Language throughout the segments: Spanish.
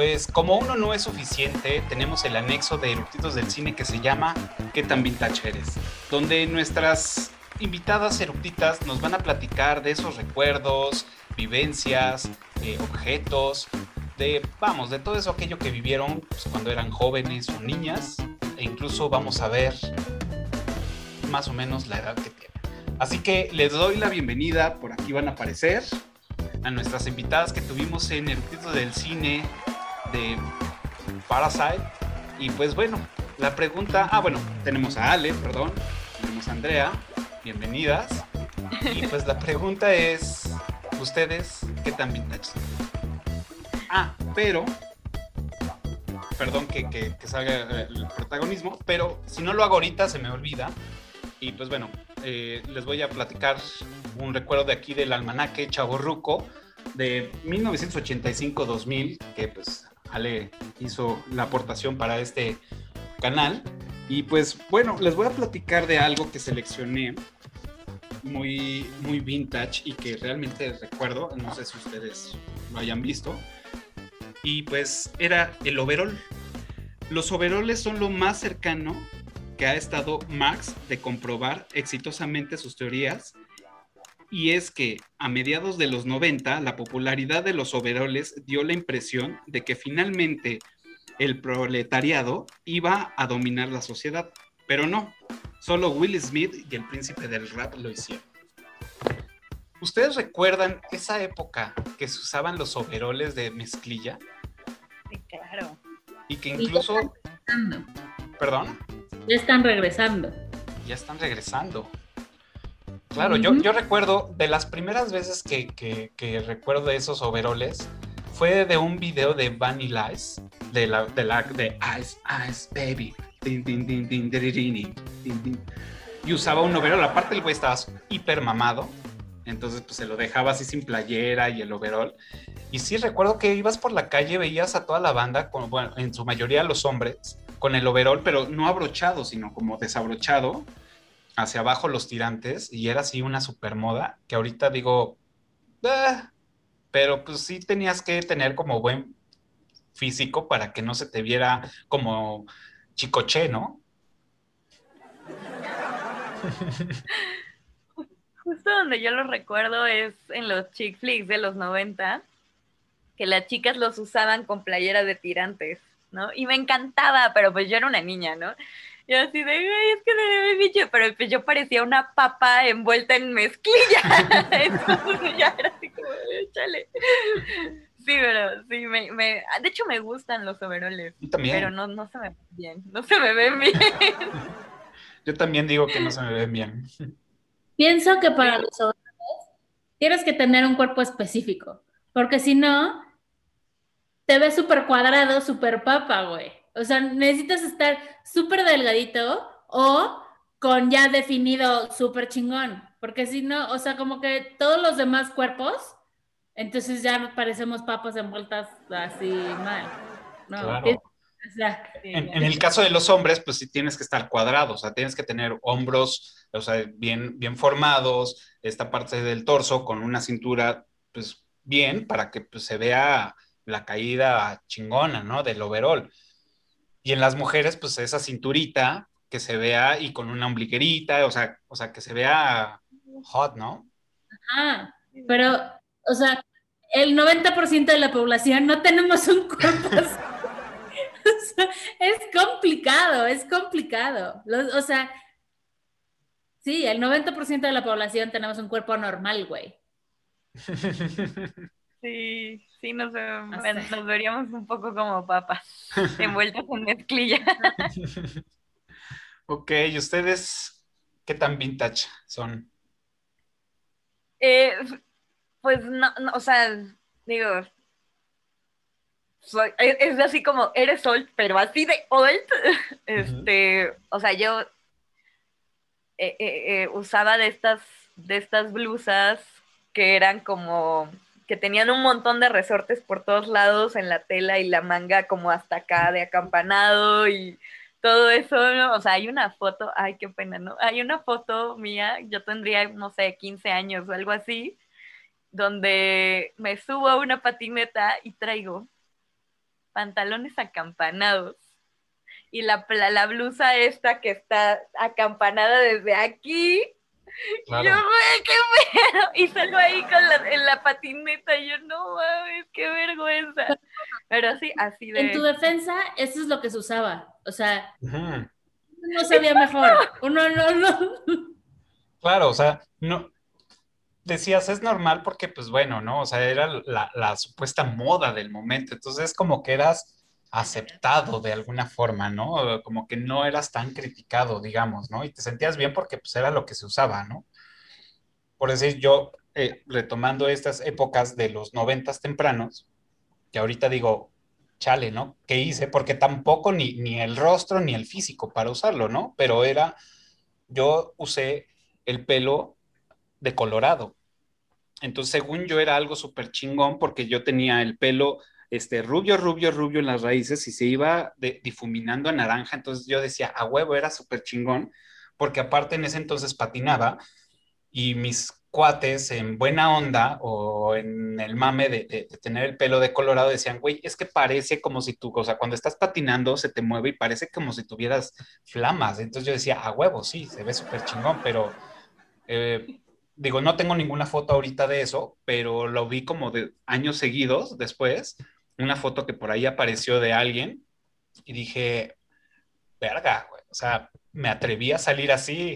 Pues como uno no es suficiente, tenemos el anexo de Eructitos del Cine que se llama ¿Qué tan vintage eres? Donde nuestras invitadas eructitas nos van a platicar de esos recuerdos, vivencias, objetos, de todo eso aquello que vivieron pues, cuando eran jóvenes o niñas, e incluso vamos a ver más o menos la edad que tienen. Así que les doy la bienvenida, por aquí van a aparecer, a nuestras invitadas que tuvimos en Eructitos del Cine de Parasite. Y pues bueno, la pregunta, tenemos a Ale, perdón, tenemos a Andrea, bienvenidas. Y pues la pregunta es, ¿ustedes qué tan vintage son? Pero, perdón que salga el protagonismo, pero si no lo hago ahorita se me olvida. Y pues bueno, les voy a platicar un recuerdo de aquí del almanaque Chavorruco de 1985-2000, que pues Ale hizo la aportación para este canal. Y pues bueno, les voy a platicar de algo que seleccioné muy, muy vintage y que realmente recuerdo, no sé si ustedes lo hayan visto, y pues era el overol. Los overoles son lo más cercano que ha estado Marx de comprobar exitosamente sus teorías, y es que a mediados de los 90 la popularidad de los overoles dio la impresión de que finalmente el proletariado iba a dominar la sociedad, pero no, solo Will Smith y el príncipe del rap lo hicieron. ¿Ustedes recuerdan esa época que se usaban los overoles de mezclilla? Sí, claro. Y que incluso... ¿Perdón? Ya están regresando. Ya están regresando. Claro, yo recuerdo, de las primeras veces que recuerdo de esos overoles, fue de un video de Vanilla Ice, de Ice, Ice, Baby. Y usaba un overol, aparte el güey estaba hiper mamado, entonces pues se lo dejaba así sin playera y el overol. Y sí recuerdo que ibas por la calle, veías a toda la banda, bueno, en su mayoría los hombres, con el overol, pero no abrochado, sino como desabrochado, hacia abajo los tirantes, y era así una super moda, que ahorita digo, pero pues sí tenías que tener como buen físico para que no se te viera como chicoche, ¿no? Justo donde yo lo recuerdo es en los chick flicks de los 90, que las chicas los usaban con playera de tirantes, ¿no? Y me encantaba, pero pues yo era una niña, ¿no? Yo así de, güey, es que se ve bicho, pero pues yo parecía una papa envuelta en mezclilla. Entonces ya era así como, échale. Sí, pero sí, de hecho me gustan los overoles, pero no se me ven bien, no se me ven bien. Yo también digo que no se me ven bien. Pienso que para los overoles tienes que tener un cuerpo específico, porque si no, te ves súper cuadrado, súper papa, güey. O sea, necesitas estar súper delgadito o con ya definido súper chingón, porque si no, o sea, como que todos los demás cuerpos, entonces ya parecemos papas envueltas así mal. No, claro. O sea, en el caso de los hombres, pues sí tienes que estar cuadrado, o sea, tienes que tener hombros, o sea, bien, bien formados, esta parte del torso con una cintura, pues bien, para que pues, se vea la caída chingona, ¿no? Del overall. Y en las mujeres, pues esa cinturita que se vea y con una ombliguerita, o sea, que se vea hot, ¿no? Pero, o sea, el 90% de la población no tenemos un cuerpo así. O sea, es complicado, es complicado. O sea, sí, el 90% de la población tenemos un cuerpo normal, güey. Sí, nos veríamos un poco como papas, envueltas en mezclilla. Ok, ¿y ustedes qué tan vintage son? Pues no, o sea, digo, es así como, eres old, pero así de old. O sea, yo usaba de estas blusas que eran como, que tenían un montón de resortes por todos lados en la tela y la manga como hasta acá de acampanado y todo eso, ¿no? O sea, hay una foto, ay, qué pena, ¿no? Hay una foto mía, yo tendría, no sé, 15 años o algo así, donde me subo a una patineta y traigo pantalones acampanados y la blusa esta que está acampanada desde aquí. Claro. Yo, güey, qué pedo. Y salgo ahí en la patineta. Y yo, no mames, qué vergüenza. Pero sí, así de. En tu defensa, eso es lo que se usaba. O sea, Ujú. no sabía mejor. Uno no. Claro, o sea, no, decías, es normal porque, pues bueno, ¿no? O sea, era la supuesta moda del momento, entonces como que eras aceptado de alguna forma, ¿no? Como que no eras tan criticado, digamos, ¿no? Y te sentías bien porque pues era lo que se usaba, ¿no? Por decir, yo, retomando estas épocas de los 90 tempranos, que ahorita digo, chale, ¿no? ¿Qué hice? Porque tampoco ni el rostro ni el físico para usarlo, ¿no? Pero yo usé el pelo de colorado. Entonces, según yo, era algo súper chingón porque yo tenía el pelo rubio, rubio, rubio en las raíces y se iba difuminando a naranja. Entonces yo decía, a huevo, era súper chingón porque aparte en ese entonces patinaba y mis cuates en buena onda o en el mame de tener el pelo de colorado decían, güey, es que parece como si tú, o sea, cuando estás patinando se te mueve y parece como si tuvieras flamas. Entonces yo decía, a huevo, sí, se ve súper chingón, pero digo, no tengo ninguna foto ahorita de eso, pero lo vi como de años seguidos después, una foto que por ahí apareció de alguien y dije, verga, güey, o sea, me atreví a salir así.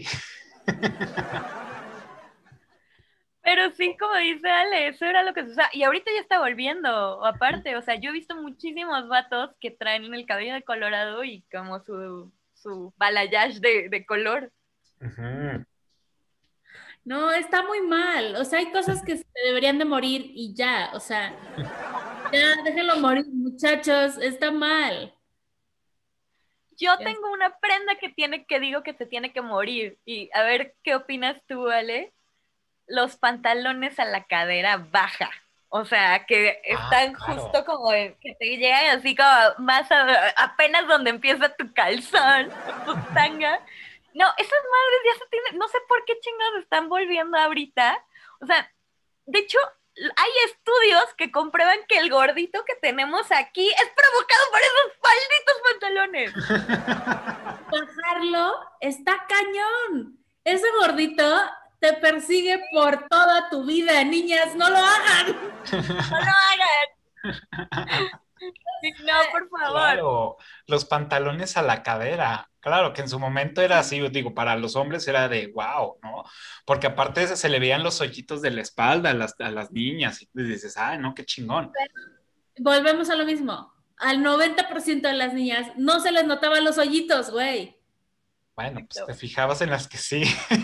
Pero sí, como dice Ale, eso era lo que se usaba. Y ahorita ya está volviendo, aparte, o sea, yo he visto muchísimos vatos que traen el cabello de colorado y como su balayage de color. Ujú. No, está muy mal. O sea, hay cosas que se deberían de morir y ya. O sea, ya déjenlo morir, muchachos. Está mal. Yo Ya. tengo una prenda que digo que se tiene que morir. Y a ver qué opinas tú, Ale. Los pantalones a la cadera baja. O sea, que Ah, están claro. justo como que te llegan así como más apenas donde empieza tu calzón, tu tanga. No, esas madres ya se tienen, no sé por qué chingados están volviendo ahorita. O sea, de hecho, hay estudios que comprueban que el gordito que tenemos aquí es provocado por esos malditos pantalones. Bajarlo está cañón. Ese gordito te persigue por toda tu vida, niñas. No lo hagan. No lo hagan. No, por favor. Claro, los pantalones a la cadera. Claro, que en su momento era así, digo, para los hombres era de wow, ¿no? Porque aparte se le veían los hoyitos de la espalda a las niñas y dices, ah, no, qué chingón. Volvemos a lo mismo. Al 90% de las niñas no se les notaban los hoyitos, güey. Bueno, pues te fijabas en las que sí.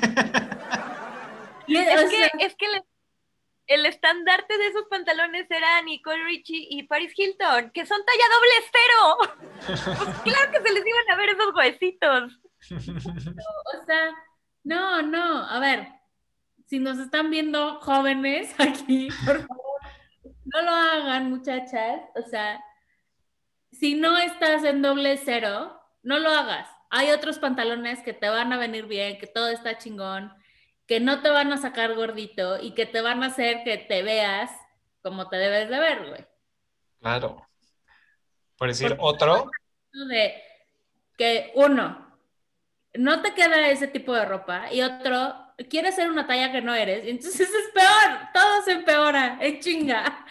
Es que el estandarte de esos pantalones era Nicole Richie y Paris Hilton, que son talla doble cero. Pues claro que se les iban a ver esos huesitos. O sea, no. A ver, si nos están viendo jóvenes aquí, por favor, no lo hagan, muchachas. O sea, si no estás en doble cero, no lo hagas. Hay otros pantalones que te van a venir bien, que todo está chingón, que no te van a sacar gordito y que te van a hacer que te veas como te debes de ver, güey. Claro. Por decir Porque otro, de que uno, no te queda ese tipo de ropa y otro, quieres ser una talla que no eres, y entonces es peor, todo se empeora, es chinga.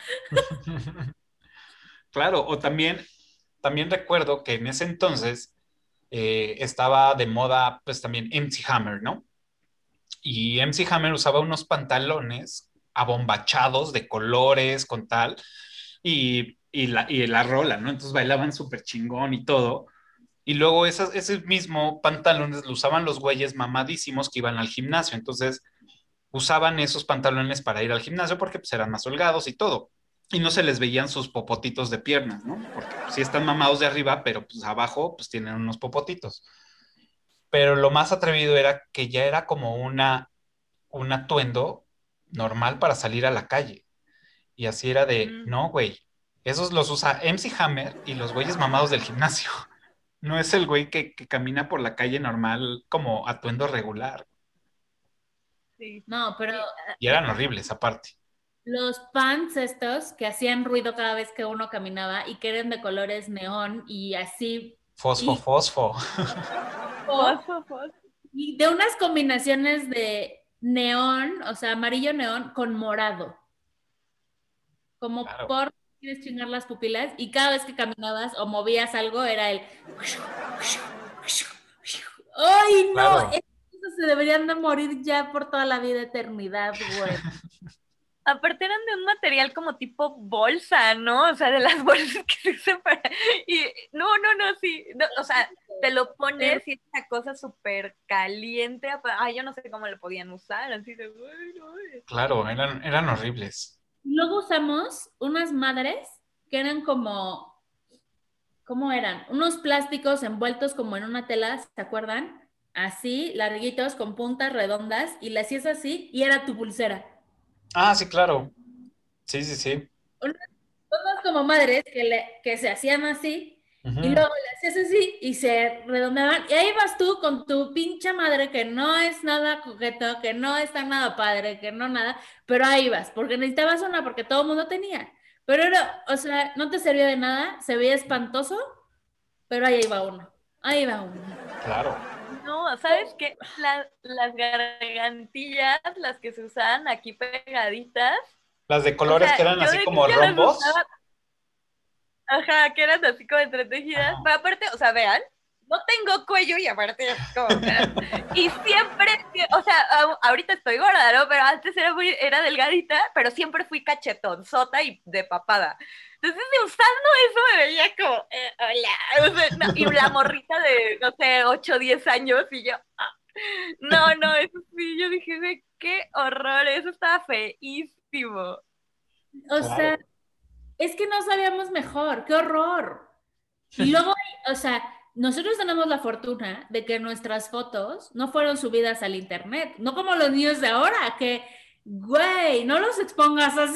claro, o también recuerdo que en ese entonces estaba de moda, pues también MC Hammer, ¿no? Y MC Hammer usaba unos pantalones abombachados de colores con tal, y la rola, ¿no? Entonces bailaban súper chingón y todo. Y luego ese mismo pantalones lo usaban los güeyes mamadísimos que iban al gimnasio. Entonces usaban esos pantalones para ir al gimnasio porque pues, eran más holgados y todo. Y no se les veían sus popotitos de piernas, ¿no? Porque sí están mamados de arriba, pero pues abajo pues tienen unos popotitos. Pero lo más atrevido era que ya era como un atuendo normal para salir a la calle. Y así era de, no, güey, esos los usa MC Hammer y los güeyes mamados del gimnasio. No es el güey que camina por la calle normal como atuendo regular. Sí. No, pero Sí. Y eran horribles aparte. los pants estos que hacían ruido cada vez que uno caminaba y que eran de colores neón y así, Fosfo, y, fosfo. Fosfo, fosfo. y de unas combinaciones de neón, o sea, amarillo neón con morado, como Claro, por quieres chingar las pupilas y cada vez que caminabas o movías algo era el... ¡Ay, no! claro. Esos se deberían de morir ya por toda la vida, eternidad, güey. Aparte eran de un material como tipo bolsa, ¿no? O sea, de las bolsas que se usan para... Y no, sí. No, o sea, te lo pones y es una cosa súper caliente. Ay, yo no sé cómo lo podían usar. Así de... Bueno, Claro, eran horribles. Luego usamos unas madres que eran como, ¿cómo eran? Unos plásticos envueltos como en una tela, ¿se acuerdan? Así, larguitos, con puntas redondas, y le hacías así, y era tu pulsera. Ah, sí, claro. Sí, sí, sí. Unas como madres que se hacían así, y Ujú. luego le hacías así, y se redondeaban, y ahí vas tú con tu pinche madre, que no es nada coqueto, que no está nada padre, que no nada, pero ahí vas, porque necesitabas una, porque todo el mundo tenía. Pero era, o sea, no te servía de nada, se veía espantoso, pero ahí iba uno. Ahí va uno. Claro. no, ¿sabes qué? Las gargantillas, las que se usaban aquí pegaditas, Las de o colores que sea, eran yo así de como niña las rombos. usaba, ajá, que eran así como entretejidas, Ajá. pero aparte, o sea, vean, no tengo cuello y aparte es como, o sea, y siempre, o sea, ahorita estoy gorda, ¿no? Pero antes era delgadita, pero siempre fui cachetonzota y de papada. Entonces, de usando eso me veía como, hola, o sea, no, y la morrita de, no sé, 8 o 10 años y yo, no, eso sí, yo dije, güey, qué horror, eso estaba feísimo. O sea, Claro. es que no sabíamos mejor, qué horror. Y luego, o sea, nosotros tenemos la fortuna de que nuestras fotos no fueron subidas al internet, no como los niños de ahora, que, güey, no los expongas así.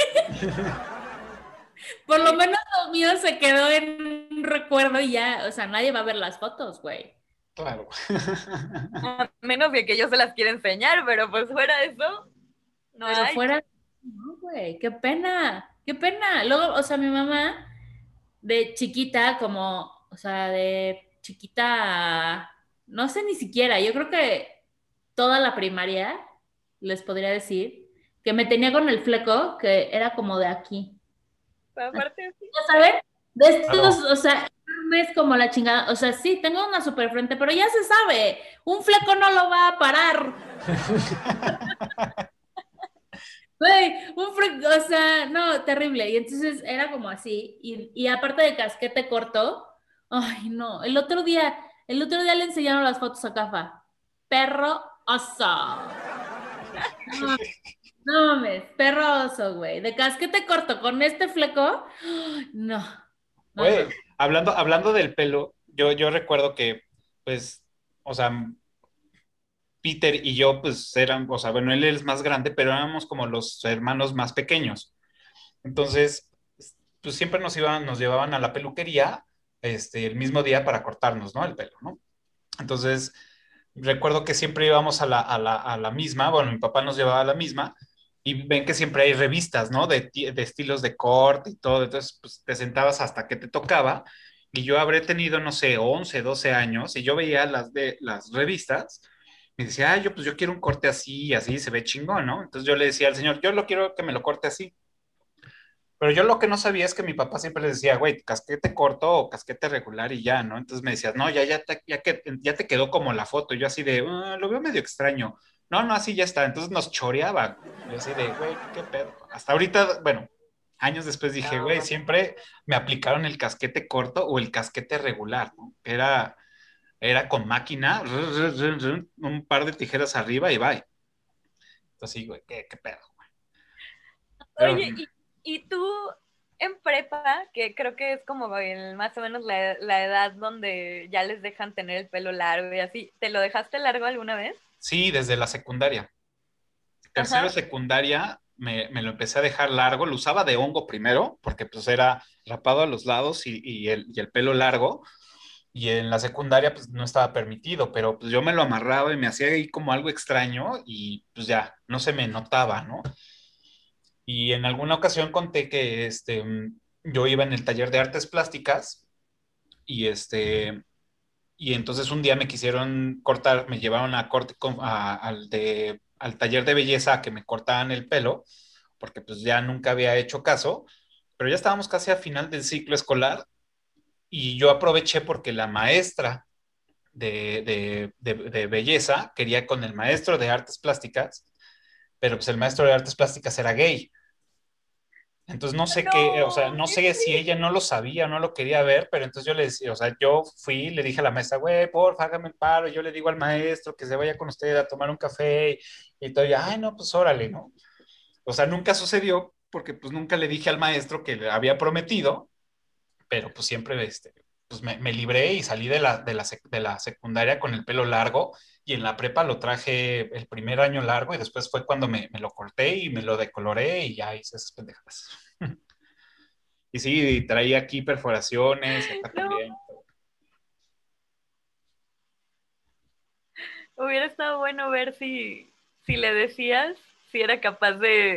Por lo menos lo mío se quedó en un recuerdo y ya, o sea, nadie va a ver las fotos, güey. Claro. A menos de que ellos se las quiera enseñar, pero pues fuera de eso, no Pero hay. fuera, no, güey, qué pena, qué pena. Luego, o sea, mi mamá de chiquita, como, o sea, de chiquita, no sé ni siquiera, yo creo que toda la primaria, les podría decir, que me tenía con el fleco, que era como de aquí. Aparte, sí. ¿Ya saben? De estos, Claro. o sea, enormes como la chingada. O sea, sí, tengo una super frente, pero ya se sabe, un fleco no lo va a parar. Güey, un fleco, o sea, no, terrible. Y entonces era como así. Y aparte de casquete corto, ay, no. El otro día le enseñaron las fotos a Cafa. Perro oso. No, no mames, perro oso, güey. De casquete corto con este fleco, ay, no, no, no. Güey, hablando del pelo, yo recuerdo que, pues, o sea, Peter y yo, pues, eran, o sea, bueno, él es más grande, pero éramos como los hermanos más pequeños. Entonces, pues siempre nos llevaban a la peluquería, el mismo día para cortarnos, ¿no? El pelo, ¿no? Entonces, recuerdo que siempre íbamos a la misma, bueno, mi papá nos llevaba a la misma, y ven que siempre hay revistas, ¿no? De estilos de corte y todo, entonces, pues te sentabas hasta que te tocaba, y yo habré tenido, no sé, 11 12 años, y yo veía las revistas, y decía, yo pues yo quiero un corte así, así, se ve chingón, ¿no? Entonces yo le decía al señor, yo lo quiero que me lo corte así. Pero yo lo que no sabía es que mi papá siempre le decía, güey, casquete corto o casquete regular y ya, ¿no? Entonces me decías, no, ya te quedó como la foto. Y yo así de, lo veo medio extraño. No, no, así ya está. Entonces nos choreaba. Yo así de, güey, qué pedo. Hasta ahorita, bueno, años después dije, güey, siempre me aplicaron el casquete corto o el casquete regular, ¿no? Era con máquina, un par de tijeras arriba y bye. Entonces sí, güey, qué pedo. Pero Oye, y tú en prepa, que creo que es como más o menos la edad donde ya les dejan tener el pelo largo y así, ¿te lo dejaste largo alguna vez? sí, desde la secundaria. Tercero de Ajá. secundaria me lo empecé a dejar largo, lo usaba de hongo primero, porque pues era rapado a los lados y el pelo largo, y en la secundaria pues no estaba permitido, pero pues yo me lo amarraba y me hacía ahí como algo extraño y pues ya, no se me notaba, ¿no? Y en alguna ocasión conté que yo iba en el taller de artes plásticas y, y entonces un día me quisieron cortar, me llevaron a al taller de belleza a que me cortaran el pelo, porque pues ya nunca había hecho caso, pero ya estábamos casi a final del ciclo escolar y yo aproveché porque la maestra de belleza quería con el maestro de artes plásticas, pero pues el maestro de artes plásticas era gay. Entonces no sé qué, o sea, No, no qué sé si ella triste. no lo sabía, no lo quería ver, pero entonces yo le decía, o sea, yo fui, le dije a la maestra, güey, porfa, hágame el paro, y yo le digo al maestro que se vaya con usted a tomar un café, y todo, y, ay, no, pues órale, ¿no? O sea, nunca sucedió, porque pues nunca le dije al maestro que le había prometido, pero pues siempre, pues me libré y salí de la secundaria con el pelo largo, y en la prepa lo traje el primer año largo, y después fue cuando me lo corté y me lo decoloré, y ya hice esas pendejadas. Y sí, traía aquí perforaciones y acá No, también. hubiera estado bueno ver si le decías si era capaz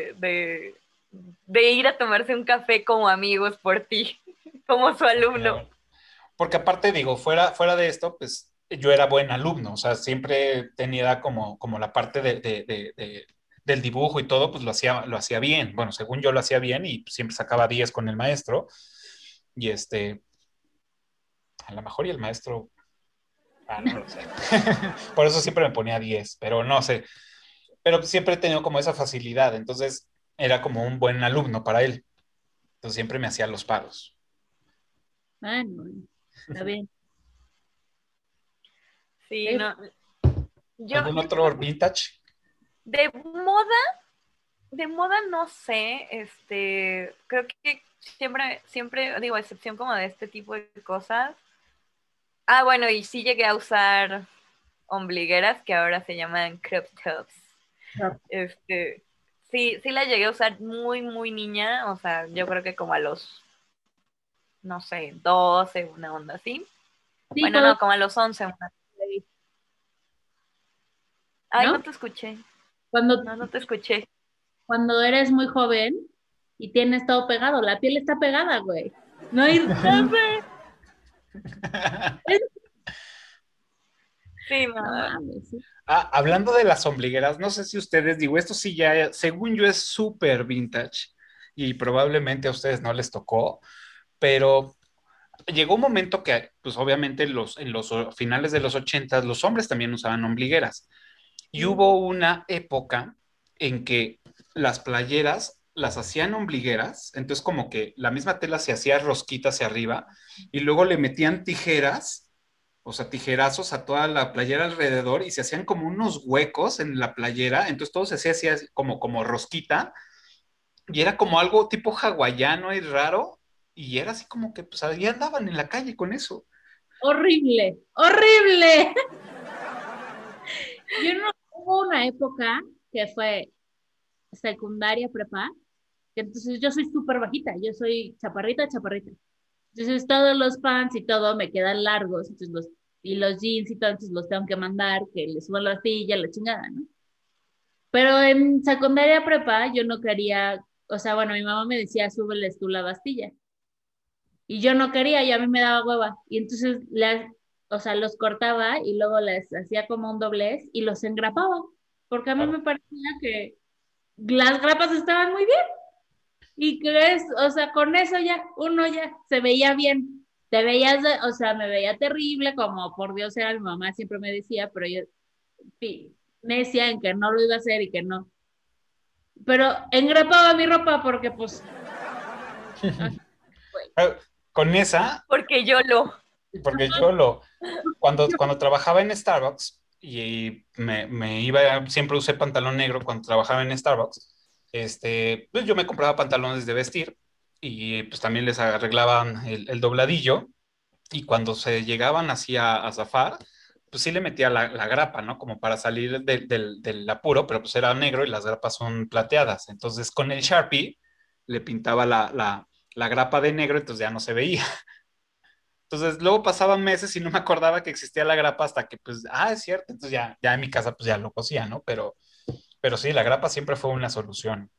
de ir a tomarse un café como amigos por ti, como su alumno. Porque aparte digo, fuera de esto, pues yo era buen alumno, o sea, siempre tenía como la parte del dibujo y todo, pues lo hacía bien. Bueno, según yo lo hacía bien y pues, siempre sacaba 10 con el maestro. Y a lo mejor y el maestro, no lo sé. Por eso siempre me ponía 10 pero no sé. Pero siempre he tenido como esa facilidad, entonces era como un buen alumno para él. Entonces siempre me hacía los paros. Ah, no, está bien. Sí, Eh, no. ¿Algún Yo otro vintage? de moda no sé, creo que siempre, digo, a excepción como de este tipo de cosas. Ah, bueno, y sí llegué a usar ombligueras que ahora se llaman crop tops. no. Este, sí la llegué a usar muy, muy niña, o sea, yo creo que como a los, no sé, 12, una onda así. Sí, Bueno, no, como a los 11, una. Ay, ¿no? no te escuché. Cuando, No te escuché. cuando eres muy joven y tienes todo pegado, la piel está pegada, güey. No hay, Ya sé. Sí, no. no mames. Sí. Hablando de las ombligueras, no sé si ustedes, digo, esto sí ya, según yo, es súper vintage y probablemente a ustedes no les tocó, pero llegó un momento que, pues obviamente en los finales de los 80 los hombres también usaban ombligueras y hubo una época en que las playeras las hacían ombligueras, entonces como que la misma tela se hacía rosquita hacia arriba y luego le metían tijeras, o sea, tijerazos a toda la playera alrededor y se hacían como unos huecos en la playera, entonces todo se hacía así como rosquita y era como algo tipo hawaiano y raro y era así como que pues ahí andaban en la calle con eso. Horrible, horrible. Yo no, hubo una época que fue secundaria, prepa, que entonces yo soy súper bajita, yo soy chaparrita, chaparrita. Entonces todos los pants y todo me quedan largos, y los jeans y todo, entonces los tengo que mandar, que les suba la astilla, la chingada, ¿no? Pero en secundaria prepa yo no quería, o sea, bueno, mi mamá me decía, súbeles tú la bastilla. Y yo no quería, y a mí me daba hueva. Y entonces, o sea, los cortaba y luego les hacía como un doblez y los engrapaba, porque a mí me Claro. parecía que las grapas estaban muy bien. Y crees, o sea, con eso ya, uno ya se veía bien. Te veías, o sea, me veía terrible, como por Dios era mi mamá, siempre me decía, pero yo, sí, necia en que no lo iba a hacer y que no. Pero engrapaba mi ropa porque, pues, así fue. Eh, Con esa, Porque yo lo. porque cuando trabajaba en Starbucks y me iba, siempre usé pantalón negro cuando trabajaba en Starbucks, pues yo me compraba pantalones de vestir y pues también les arreglaban el dobladillo y cuando se llegaban así a zafar, pues sí le metía la grapa, ¿no? Como para salir del apuro, pero pues era negro y las grapas son plateadas. Entonces con el Sharpie le pintaba la grapa de negro, entonces ya no se veía. Entonces luego pasaban meses y no me acordaba que existía la grapa hasta que pues, es cierto, entonces ya en mi casa pues ya lo cosía, ¿no? Pero sí, la grapa siempre fue una solución.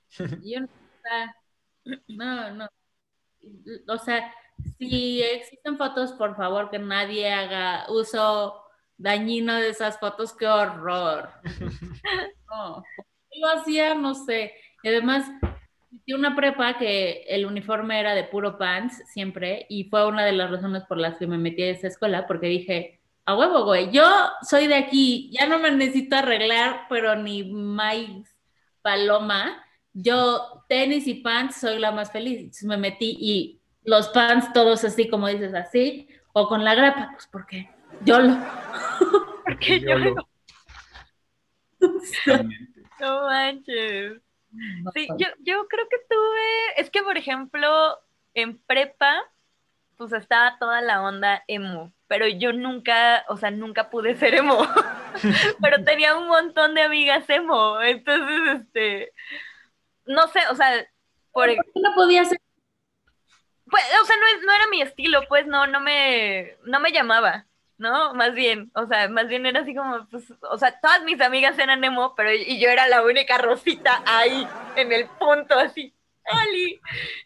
Yo no, o sea, no. O sea, si existen fotos, por favor, que nadie haga uso dañino de esas fotos, qué horror. No, yo lo hacía, no sé. Y además, hice una prepa que el uniforme era de puro pants siempre, y fue una de las razones por las que me metí a esa escuela, porque dije, a huevo, güey, yo soy de aquí, ya no me necesito arreglar, pero ni maíz paloma. Yo, tenis y pants, soy la más feliz. Entonces me metí y los pants todos así, como dices, así, o con la grapa, pues porque yo lo. Porque yo YOLO. Totalmente. no manches. No, Sí, yo creo que tuve, es que por ejemplo, en prepa, pues estaba toda la onda emo, pero yo nunca, o sea, nunca pude ser emo, pero tenía un montón de amigas emo, entonces, no sé, o sea, por, ¿por qué no podía ser? pues, o sea, no era mi estilo, pues no me llamaba, ¿no? Más bien, o sea, más bien era así como, pues, o sea, todas mis amigas eran emo, pero y yo era la única rosita ahí, en el punto, así, ¡Ali!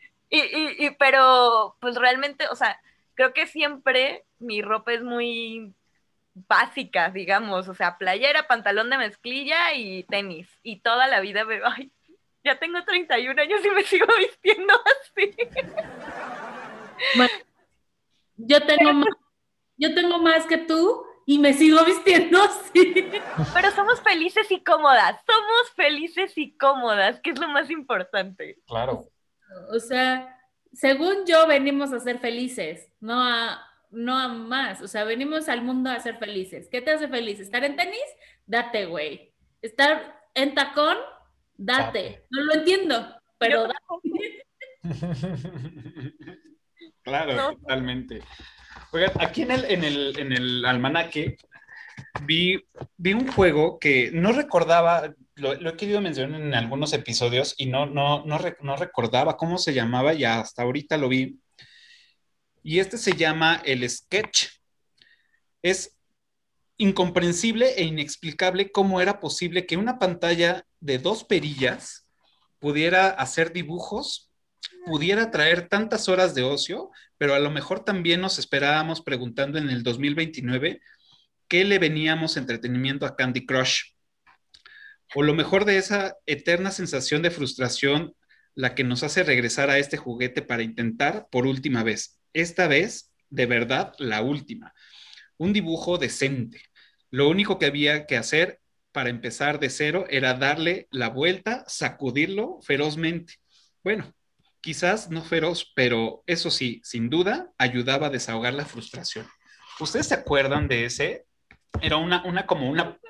Pero, pues realmente, o sea, creo que siempre mi ropa es muy básica, digamos, o sea, playera, pantalón de mezclilla y tenis, y toda la vida veo, ay, ya tengo 31 años y me sigo vistiendo así. Bueno, yo tengo más que tú y me sigo vistiendo así. Pero somos felices y cómodas, que es lo más importante. Claro. O sea, según yo, venimos a ser felices, no a más. O sea, venimos al mundo a ser felices. ¿Qué te hace feliz? ¿Estar en tenis? Date, güey. ¿Estar en tacón? Date. No lo entiendo, Yo pero tampoco. Claro, No. totalmente. Oigan, aquí en el almanaque vi un juego que no recordaba, lo he querido mencionar en algunos episodios y no recordaba cómo se llamaba y hasta ahorita lo vi. Y este se llama el Sketch. Es incomprensible e inexplicable cómo era posible que una pantalla de dos perillas pudiera hacer dibujos, pudiera traer tantas horas de ocio, pero a lo mejor también nos esperábamos preguntando en el 2029 qué le veníamos entretenimiento a Candy Crush. O lo mejor de esa eterna sensación de frustración, la que nos hace regresar a este juguete para intentar por última vez. Esta vez, de verdad, la última. Un dibujo decente. Lo único que había que hacer para empezar de cero era darle la vuelta, sacudirlo ferozmente. Bueno, quizás no feroz, pero eso sí, sin duda, ayudaba a desahogar la frustración. ¿Ustedes se acuerdan de ese? Era como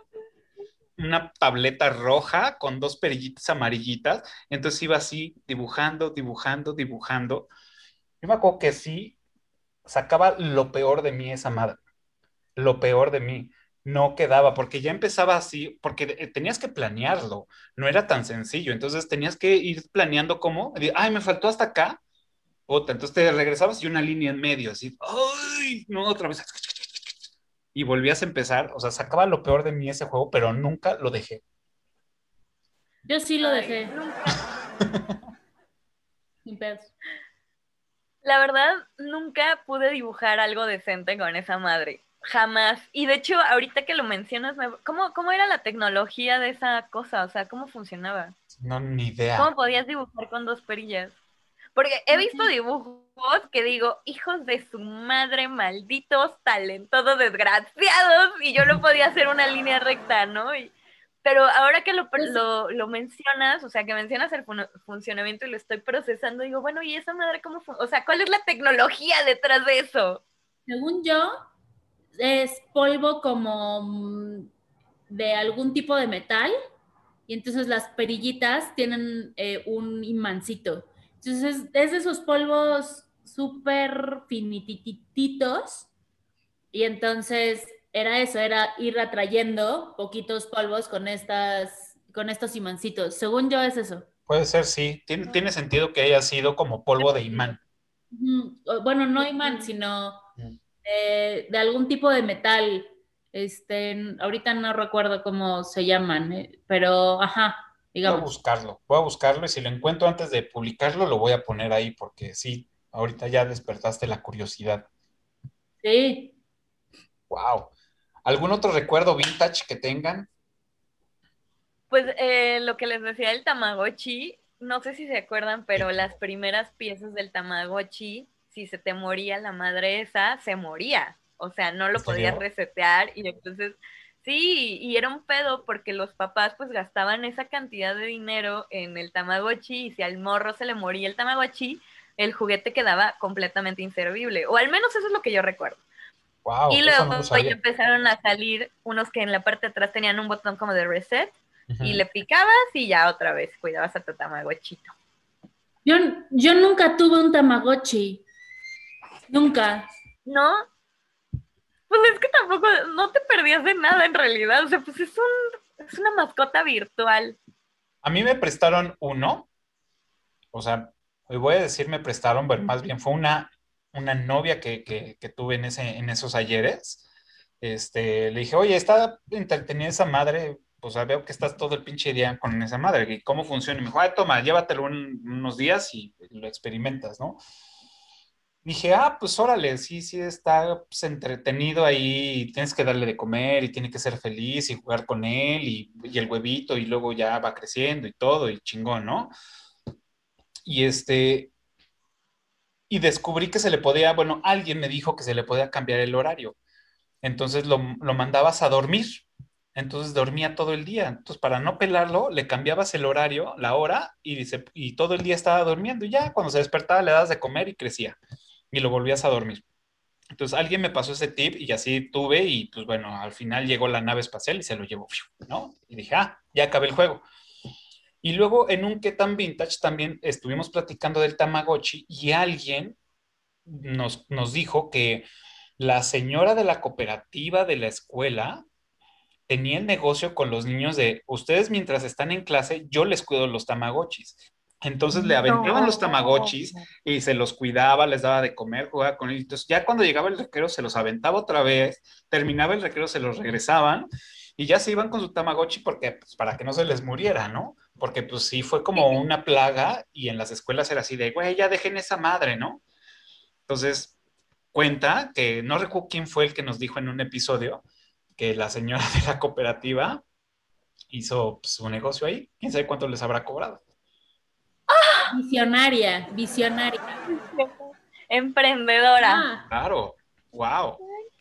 una tableta roja con dos perillitas amarillitas, entonces iba así dibujando, dibujando, dibujando. Yo me acuerdo que sí sacaba lo peor de mí esa madre, lo peor de mí. No quedaba, porque ya empezaba así, porque tenías que planearlo, no era tan sencillo, entonces tenías que ir planeando cómo, ay, me faltó hasta acá, puta, entonces te regresabas y una línea en medio, así, ay, no, otra vez, y volvías a empezar, o sea, sacaba lo peor de mí ese juego, pero nunca lo dejé. yo sí lo Ay, dejé. nunca, Sin pedos. la verdad, nunca pude dibujar algo decente con esa madre. Jamás. Y de hecho, ahorita que lo mencionas, ¿cómo era la tecnología de esa cosa? O sea, ¿cómo funcionaba? No, ni idea. ¿Cómo podías dibujar con dos perillas? Porque he visto dibujos que digo, hijos de su madre, malditos, talentosos, desgraciados, y yo no podía hacer una línea recta, ¿no? Pero ahora que lo mencionas, o sea, que mencionas el funcionamiento y lo estoy procesando, digo, bueno, ¿y esa madre cómo o sea, cuál es la tecnología detrás de eso? Según yo, es polvo como de algún tipo de metal y entonces las perillitas tienen un imancito. Entonces es de esos polvos súper finitititos y entonces era eso, era ir atrayendo poquitos polvos con estos imancitos. Según yo es eso. Puede ser, sí. Tiene sentido que haya sido como polvo de imán. Bueno, no imán, sino de algún tipo de metal. Ahorita no recuerdo cómo se llaman, pero ajá. digamos. Voy a buscarlo y si lo encuentro antes de publicarlo, lo voy a poner ahí porque sí, ahorita ya despertaste la curiosidad. Sí. Wow. ¿Algún otro recuerdo vintage que tengan? Pues lo que les decía del Tamagotchi, no sé si se acuerdan, pero las primeras piezas del Tamagotchi, si se te moría la madre esa, se moría. O sea, no ¿En lo podías serio? resetear y entonces, sí, y era un pedo porque los papás pues gastaban esa cantidad de dinero en el Tamagotchi y si al morro se le moría el Tamagotchi, el juguete quedaba completamente inservible. O al menos eso es lo que yo recuerdo. Y Wow, eso luego no lo ya sabía. empezaron a salir unos que en la parte de atrás tenían un botón como de reset y Ujú. le picabas y ya otra vez cuidabas a tu tamagotchito. Yo, yo nunca tuve un Tamagotchi. Nunca. ¿No? Pues es que tampoco, no te perdías de nada en realidad. O sea, pues es una mascota virtual. A mí me prestaron uno, o sea, hoy voy a decir me prestaron, pero más bien fue una novia que tuve en esos ayeres. Le dije, oye, está entretenida esa madre, pues veo que estás todo el pinche día con esa madre, ¿y cómo funciona? Y me dijo, ay, toma, llévatelo unos días y lo experimentas, ¿no? Dije, pues órale, sí, sí, está pues, entretenido ahí, tienes que darle de comer y tiene que ser feliz y jugar con él y el huevito y luego ya va creciendo y todo y chingón, ¿no? Y y descubrí que se le podía, bueno, alguien me dijo que se le podía cambiar el horario. Entonces lo mandabas a dormir. Entonces dormía todo el día. Entonces, para no pelarlo, le cambiabas el horario, la hora, y todo el día estaba durmiendo. Y ya cuando se despertaba le dabas de comer y crecía. Y lo volvías a dormir. Entonces alguien me pasó ese tip y así tuve. Y pues bueno, al final llegó la nave espacial y se lo llevó, ¿no? Y dije, ya acabé el juego. Y luego en un ¿Qué tan vintage? También estuvimos platicando del Tamagotchi y alguien nos dijo que la señora de la cooperativa de la escuela tenía el negocio con los niños de ustedes mientras están en clase, yo les cuido los tamagotchis. Entonces le aventaban los No. tamagotchis y se los cuidaba, les daba de comer, jugaba con ellos. Entonces ya cuando llegaba el recreo se los aventaba otra vez, terminaba el recreo, se los regresaban y ya se iban con su tamagotchi porque, pues, para que no se les muriera, ¿no? Porque pues sí fue como Sí. una plaga y en las escuelas era así de, güey, ya dejen esa madre, ¿no? Entonces cuenta que no recuerdo quién fue el que nos dijo en un episodio que la señora de la cooperativa hizo pues, su negocio ahí. ¿Quién sabe cuánto les habrá cobrado? Visionaria, visionaria. Emprendedora. Ah, Claro, wow.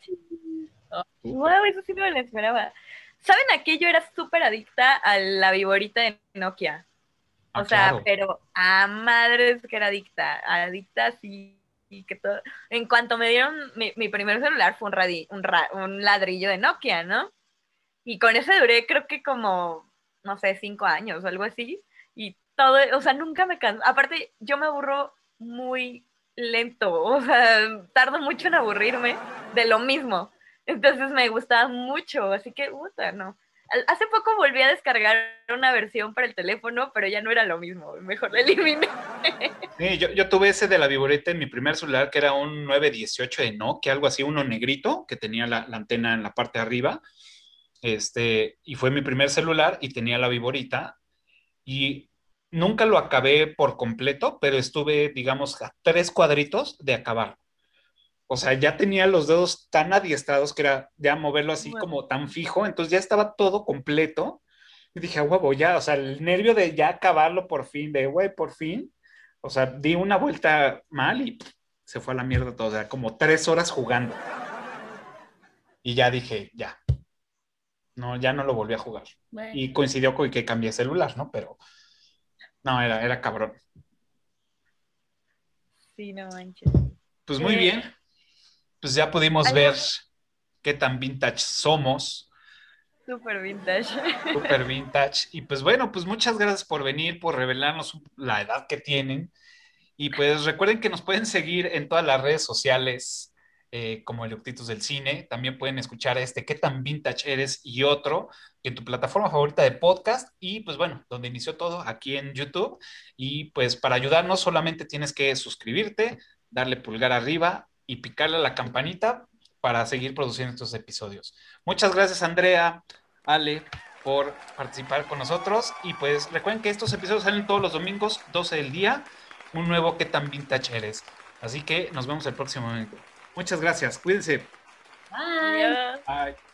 Súper. Wow, eso sí no me lo esperaba. ¿Saben a qué? Yo era súper adicta a la viborita de Nokia. O sea, Claro. pero a madres que era adicta sí, y que todo. En cuanto me dieron mi primer celular fue un ladrillo de Nokia, ¿no? Y con ese duré creo que como, no sé, 5 años o algo así. Y todo, o sea, nunca me canso. Aparte, yo me aburro muy lento, o sea, tardo mucho en aburrirme de lo mismo. Entonces me gustaba mucho, así que, puta, no. Hace poco volví a descargar una versión para el teléfono, pero ya no era lo mismo, mejor la eliminé. Sí, yo tuve ese de la viborita en mi primer celular, que era un 918 de Nokia, algo así, uno negrito, que tenía la antena en la parte de arriba. Y fue mi primer celular y tenía la viborita. Y nunca lo acabé por completo, pero estuve, digamos, a 3 cuadritos de acabar. O sea, ya tenía los dedos tan adiestrados que era ya moverlo así Bueno, como tan fijo, entonces ya estaba todo completo. Y dije, a huevo, ya, o sea, el nervio de ya acabarlo por fin, de güey, por fin. O sea, di una vuelta mal y se fue a la mierda todo. O sea, como 3 horas jugando. Y ya dije, ya, no, ya no lo volví a jugar. bueno. Y coincidió con que cambié celular, ¿no? Pero no, era cabrón. sí, no manches. Pues muy Eh, bien, pues ya pudimos ver algo qué tan vintage somos. súper vintage. Super vintage. Y pues bueno, pues muchas gracias por venir, por revelarnos la edad que tienen. Y pues recuerden que nos pueden seguir en todas las redes sociales como Eructitos del Cine. También pueden escuchar ¿Qué tan vintage eres? Y otro en tu plataforma favorita de podcast. Y pues bueno, donde inició todo, aquí en YouTube. Y pues para ayudarnos solamente tienes que suscribirte, darle pulgar arriba y picarle a la campanita para seguir produciendo estos episodios. Muchas gracias, Andrea, Ale. por participar con nosotros. Y pues recuerden que estos episodios salen todos los domingos, 12 del día. Un nuevo ¿Qué tan vintage eres? Así que nos vemos el próximo momento. Muchas gracias. Cuídense. Bye. Adiós. Bye.